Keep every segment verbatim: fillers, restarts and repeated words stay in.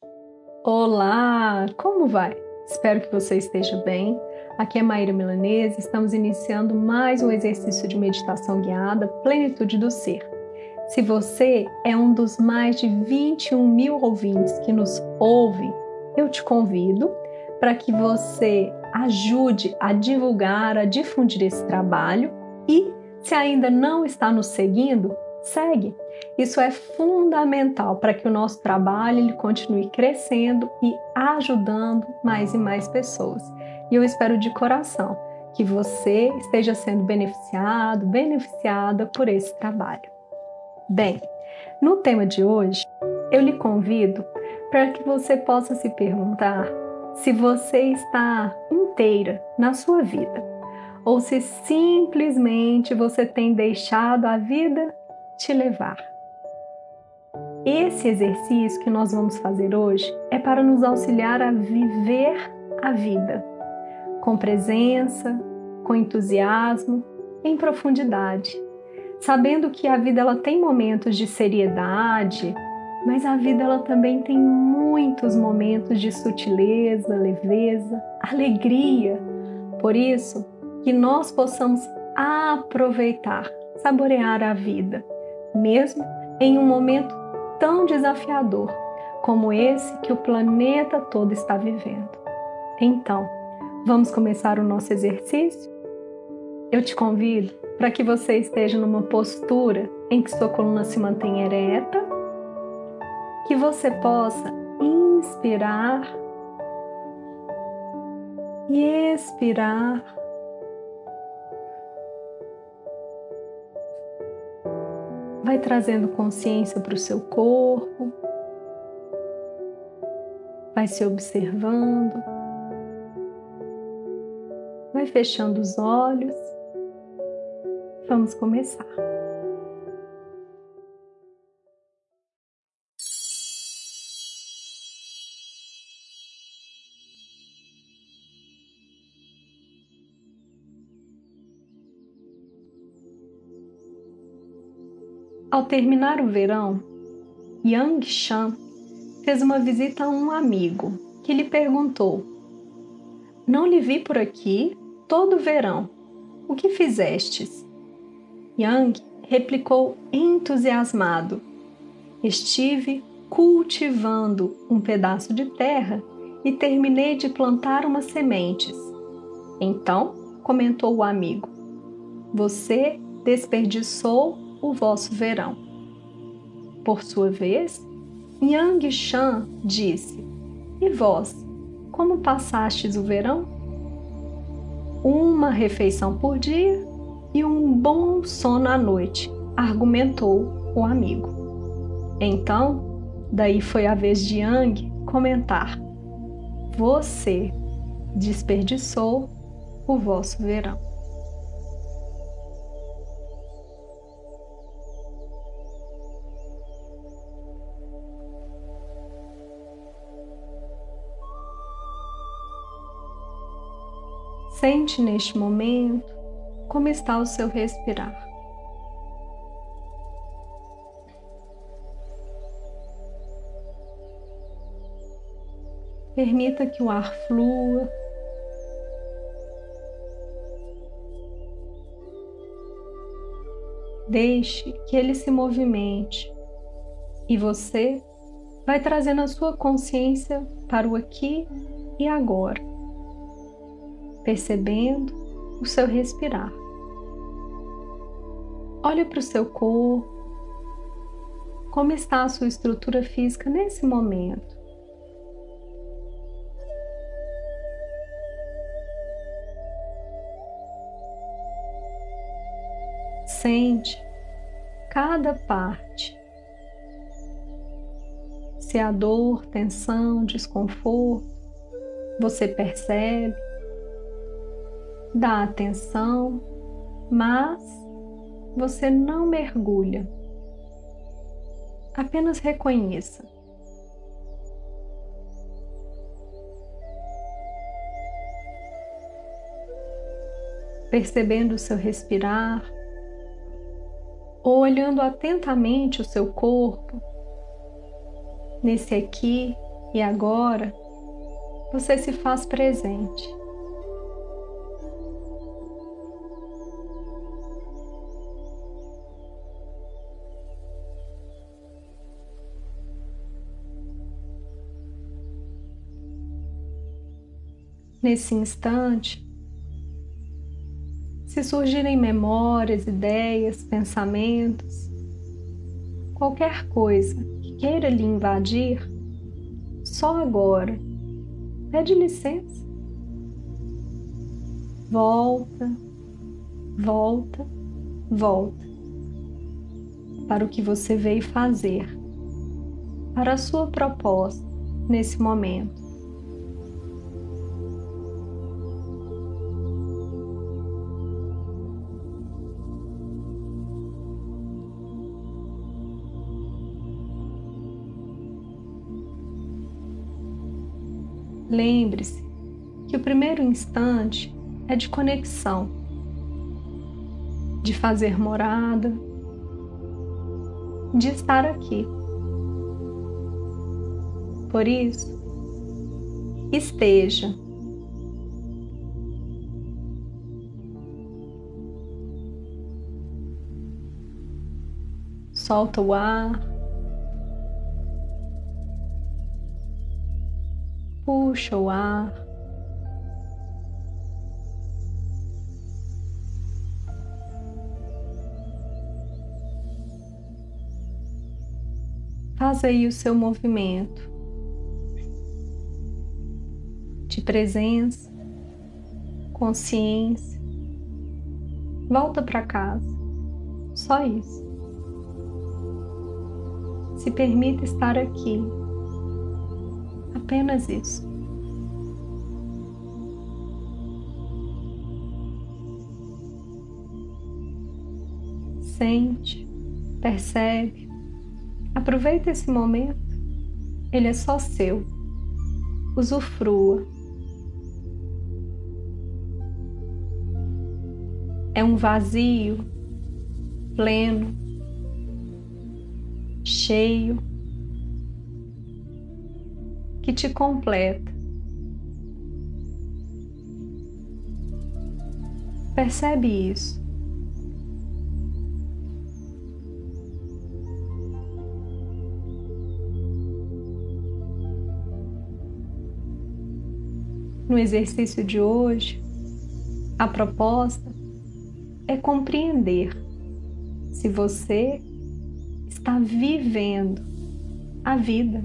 Olá, como vai? Espero que você esteja bem. Aqui é Maíra Milanese, estamos iniciando mais um exercício de meditação guiada, Plenitude do Ser. Se você é um dos mais de vinte e um mil ouvintes que nos ouvem, eu te convido para que você ajude a divulgar, a difundir esse trabalho e, se ainda não está nos seguindo, segue. Isso é fundamental para que o nosso trabalho ele continue crescendo e ajudando mais e mais pessoas. E eu espero de coração que você esteja sendo beneficiado, beneficiada por esse trabalho. Bem, no tema de hoje, eu lhe convido para que você possa se perguntar se você está inteira na sua vida ou se simplesmente você tem deixado a vida te levar. Esse exercício que nós vamos fazer hoje é para nos auxiliar a viver a vida com presença, com entusiasmo, em profundidade, sabendo que a vida ela tem momentos de seriedade, mas a vida ela também tem muitos momentos de sutileza, leveza, alegria. Por isso, que nós possamos aproveitar, saborear a vida, mesmo em um momento tão desafiador como esse que o planeta todo está vivendo. Então, vamos começar o nosso exercício? Eu te convido para que você esteja numa postura em que sua coluna se mantenha ereta, que você possa inspirar e expirar. Vai trazendo consciência para o seu corpo, vai se observando, vai fechando os olhos. Vamos começar. Ao terminar o verão, Yang Shan fez uma visita a um amigo que lhe perguntou: "Não lhe vi por aqui todo o verão. O que fizestes?" Yang replicou entusiasmado: "Estive cultivando um pedaço de terra e terminei de plantar umas sementes." Então, comentou o amigo: "Você desperdiçou o vosso verão." Por sua vez, Yang Shan disse: "E vós, como passastes o verão?" "Uma refeição por dia e um bom sono à noite", argumentou o amigo. Então, daí foi a vez de Yang comentar: "Você desperdiçou o vosso verão." Sente neste momento como está o seu respirar. Permita que o ar flua. Deixe que ele se movimente e você vai trazendo a sua consciência para o aqui e agora, percebendo o seu respirar. Olhe para o seu corpo, como está a sua estrutura física nesse momento. Sente cada parte. Se há dor, tensão, desconforto, você percebe. Dá atenção, mas você não mergulha. Apenas reconheça. Percebendo o seu respirar, ou olhando atentamente o seu corpo, nesse aqui E agora você se faz presente. Nesse instante, se surgirem memórias, ideias, pensamentos, qualquer coisa que queira lhe invadir, só agora, pede licença. Volta, volta, volta para o que você veio fazer, para a sua proposta nesse momento. Lembre-se que o primeiro instante é de conexão, de fazer morada, de estar aqui. Por isso, esteja. Solta o ar. Puxa o ar. Faz aí o seu movimento de presença, consciência. Volta para casa. Só isso. Se permita estar aqui. Apenas isso. Sente, percebe, aproveita esse momento. Ele é só seu. Usufrua. É um vazio pleno, cheio, que te completa. Percebe isso. No exercício de hoje, a proposta é compreender se você está vivendo a vida.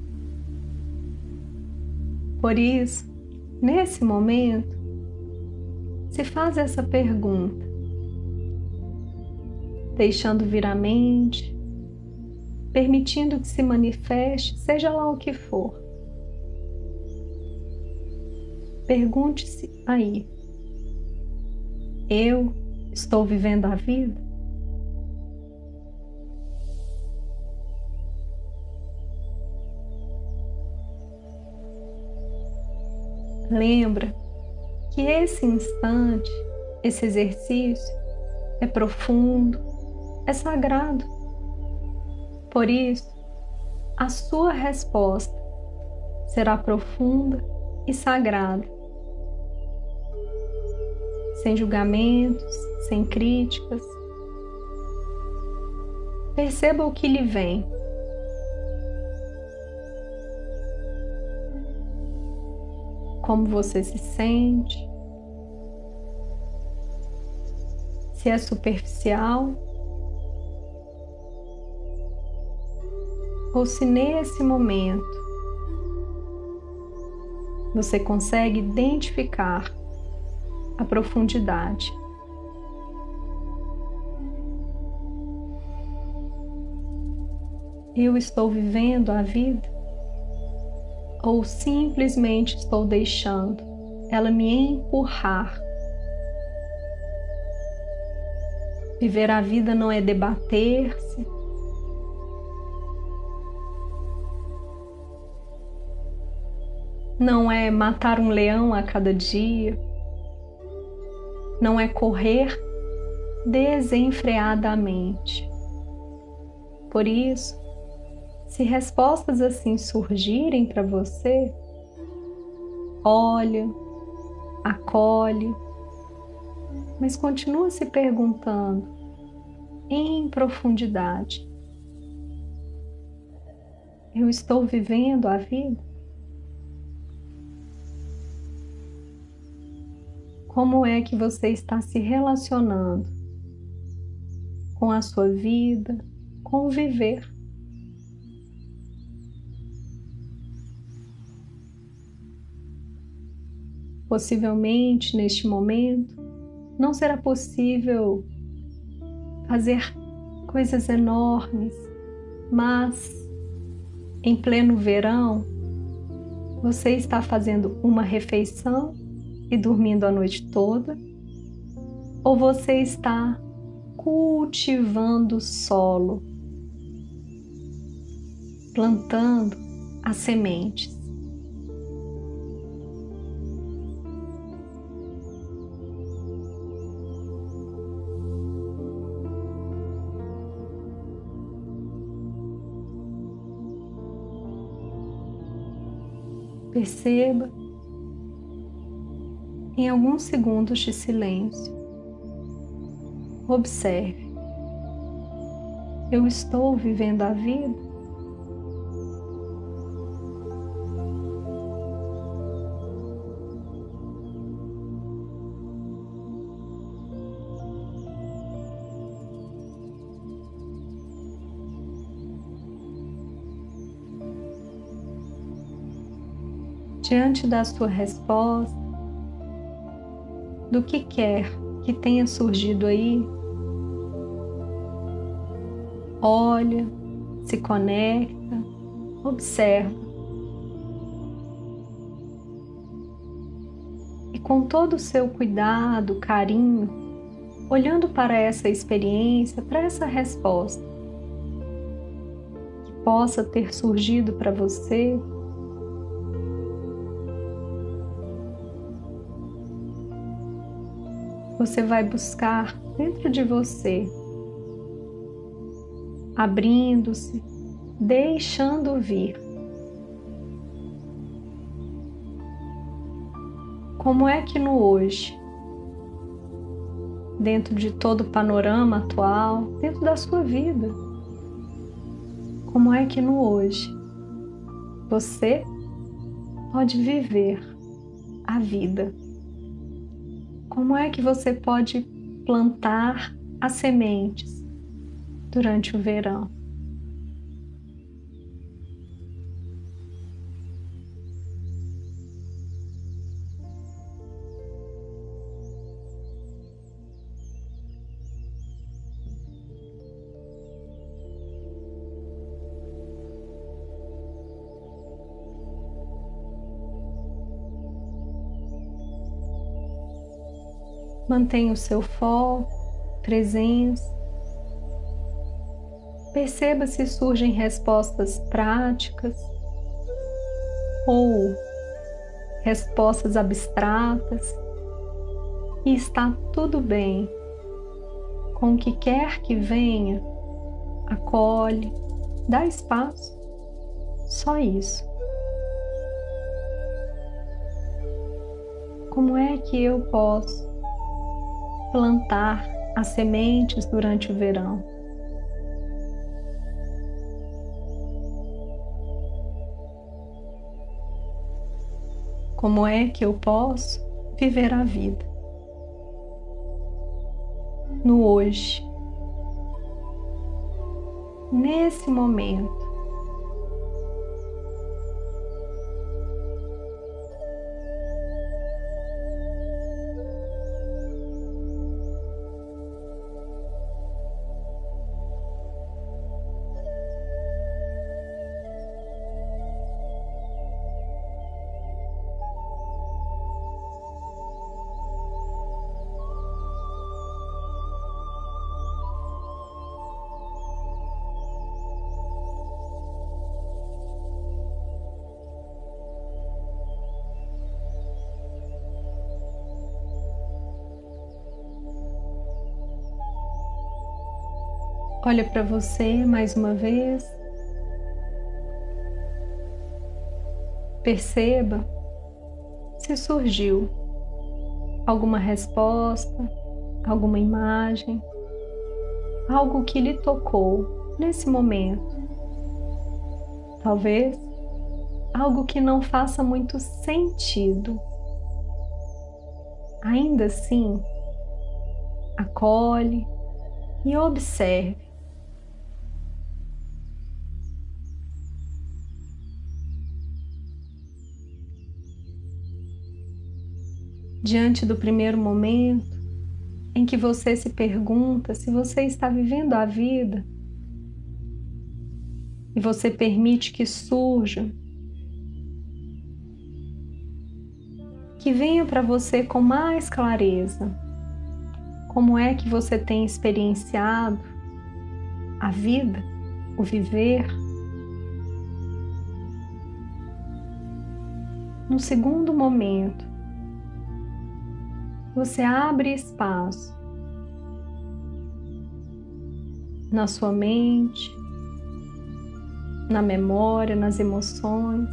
Por isso, nesse momento, se faz essa pergunta, deixando vir a mente, permitindo que se manifeste, seja lá o que for. Pergunte-se aí: eu estou vivendo a vida? Lembra que esse instante, esse exercício é profundo, é sagrado. Por isso, a sua resposta será profunda e sagrada, sem julgamentos, sem críticas. Perceba o que lhe vem. Como você se sente, se é superficial ou se nesse momento você consegue identificar a profundidade. Eu estou vivendo a vida? Ou simplesmente estou deixando ela me empurrar? Viver a vida não é debater-se, não é matar um leão a cada dia, não é correr desenfreadamente. Por isso, Se respostas assim surgirem para você, olha, acolhe, mas continua se perguntando em profundidade: eu estou vivendo a vida? Como é que você está se relacionando com a sua vida, com o viver? Possivelmente, neste momento, não será possível fazer coisas enormes, mas em pleno verão, você está fazendo uma refeição e dormindo a noite toda, ou você está cultivando o solo, plantando as sementes? Perceba, em alguns segundos de silêncio, observe: eu estou vivendo a vida? Diante da sua resposta, do que quer que tenha surgido aí, olha, se conecta, observa. E com todo o seu cuidado, carinho, olhando para essa experiência, para essa resposta que possa ter surgido para você, você vai buscar dentro de você, abrindo-se, deixando vir. Como é que no hoje, dentro de todo o panorama atual, dentro da sua vida, como é que no hoje você pode viver a vida? Como é que você pode plantar as sementes durante o verão? Mantenha o seu foco, presença. Perceba se surgem respostas práticas ou respostas abstratas. E está tudo bem. Com o que quer que venha, acolhe, dá espaço. Só isso. Como é que eu posso plantar as sementes durante o verão? Como é que eu posso viver a vida no hoje, nesse momento? Olha para você mais uma vez Perceba se surgiu alguma resposta, alguma imagem, algo que lhe tocou nesse momento. Talvez algo que não faça muito sentido. Ainda assim, acolhe e observe. Diante do primeiro momento em que você se pergunta se você está vivendo a vida e você permite que surja, que venha para você com mais clareza como é que você tem experienciado a vida, o viver. No segundo momento, você abre espaço na sua mente, na memória, nas emoções,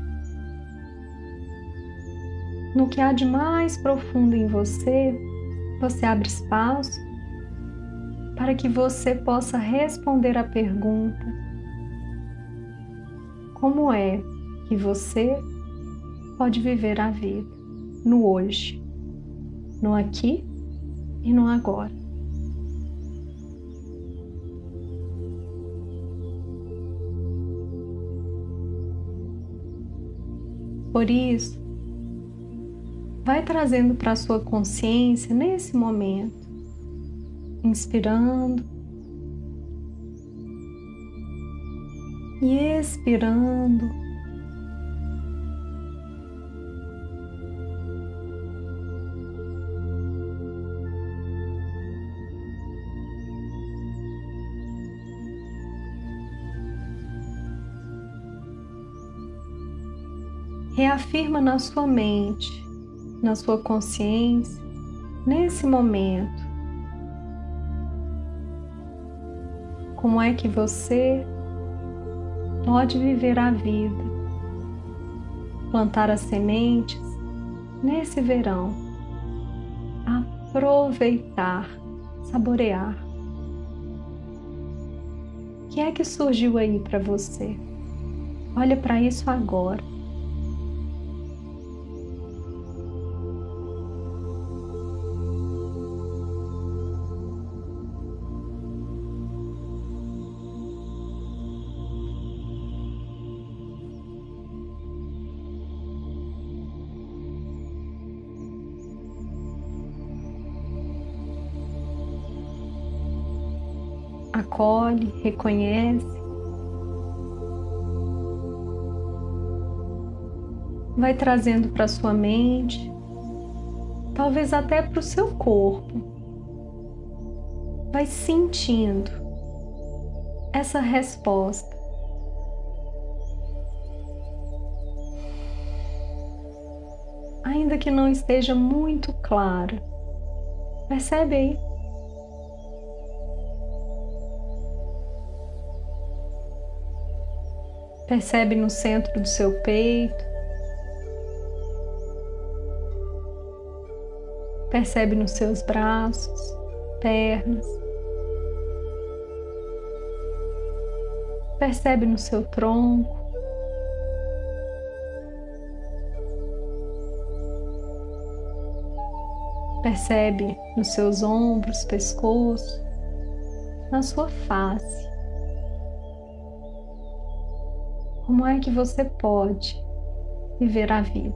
no que há de mais profundo em você. Você abre espaço para que você possa responder à pergunta: como é que você pode viver a vida no hoje, no aqui e no agora? Por isso, vai trazendo para a sua consciência nesse momento, inspirando e expirando. Reafirma na sua mente, na sua consciência, nesse momento, como é que você pode viver a vida, plantar as sementes nesse verão, aproveitar, saborear. O que é que surgiu aí para você? Olha para isso agora. Acolhe, reconhece, vai trazendo para sua mente, talvez até para o seu corpo, vai sentindo essa resposta. Ainda que não esteja muito clara, percebe aí? Percebe no centro do seu peito, percebe nos seus braços, pernas, percebe no seu tronco, percebe nos seus ombros, pescoço, na sua face. Como é que você pode viver a vida?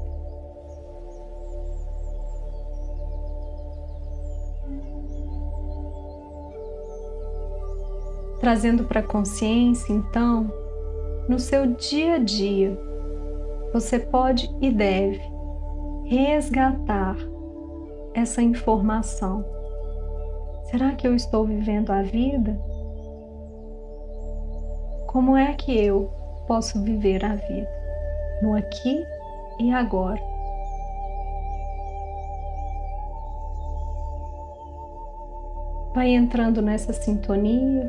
Trazendo para a consciência, então, no seu dia a dia, você pode e deve resgatar essa informação. Será que eu estou vivendo a vida? Como é que eu posso viver a vida no aqui e agora? Vai entrando nessa sintonia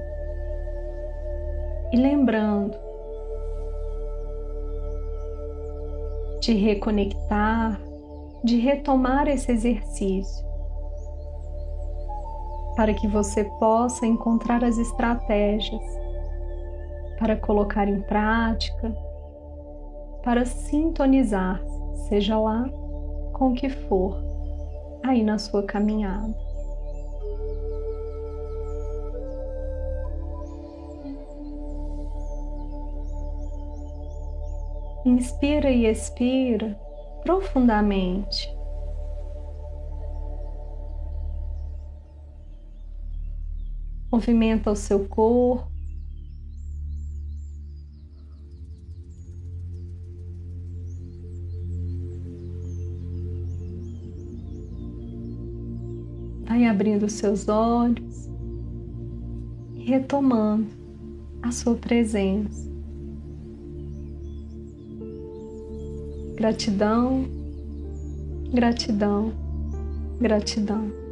e lembrando de reconectar, de retomar esse exercício, para que você possa encontrar as estratégias para colocar em prática, para sintonizar, seja lá com o que for, aí na sua caminhada. Inspira e expira profundamente. Movimenta o seu corpo. Vai abrindo os seus olhos e retomando a sua presença. Gratidão, gratidão, gratidão.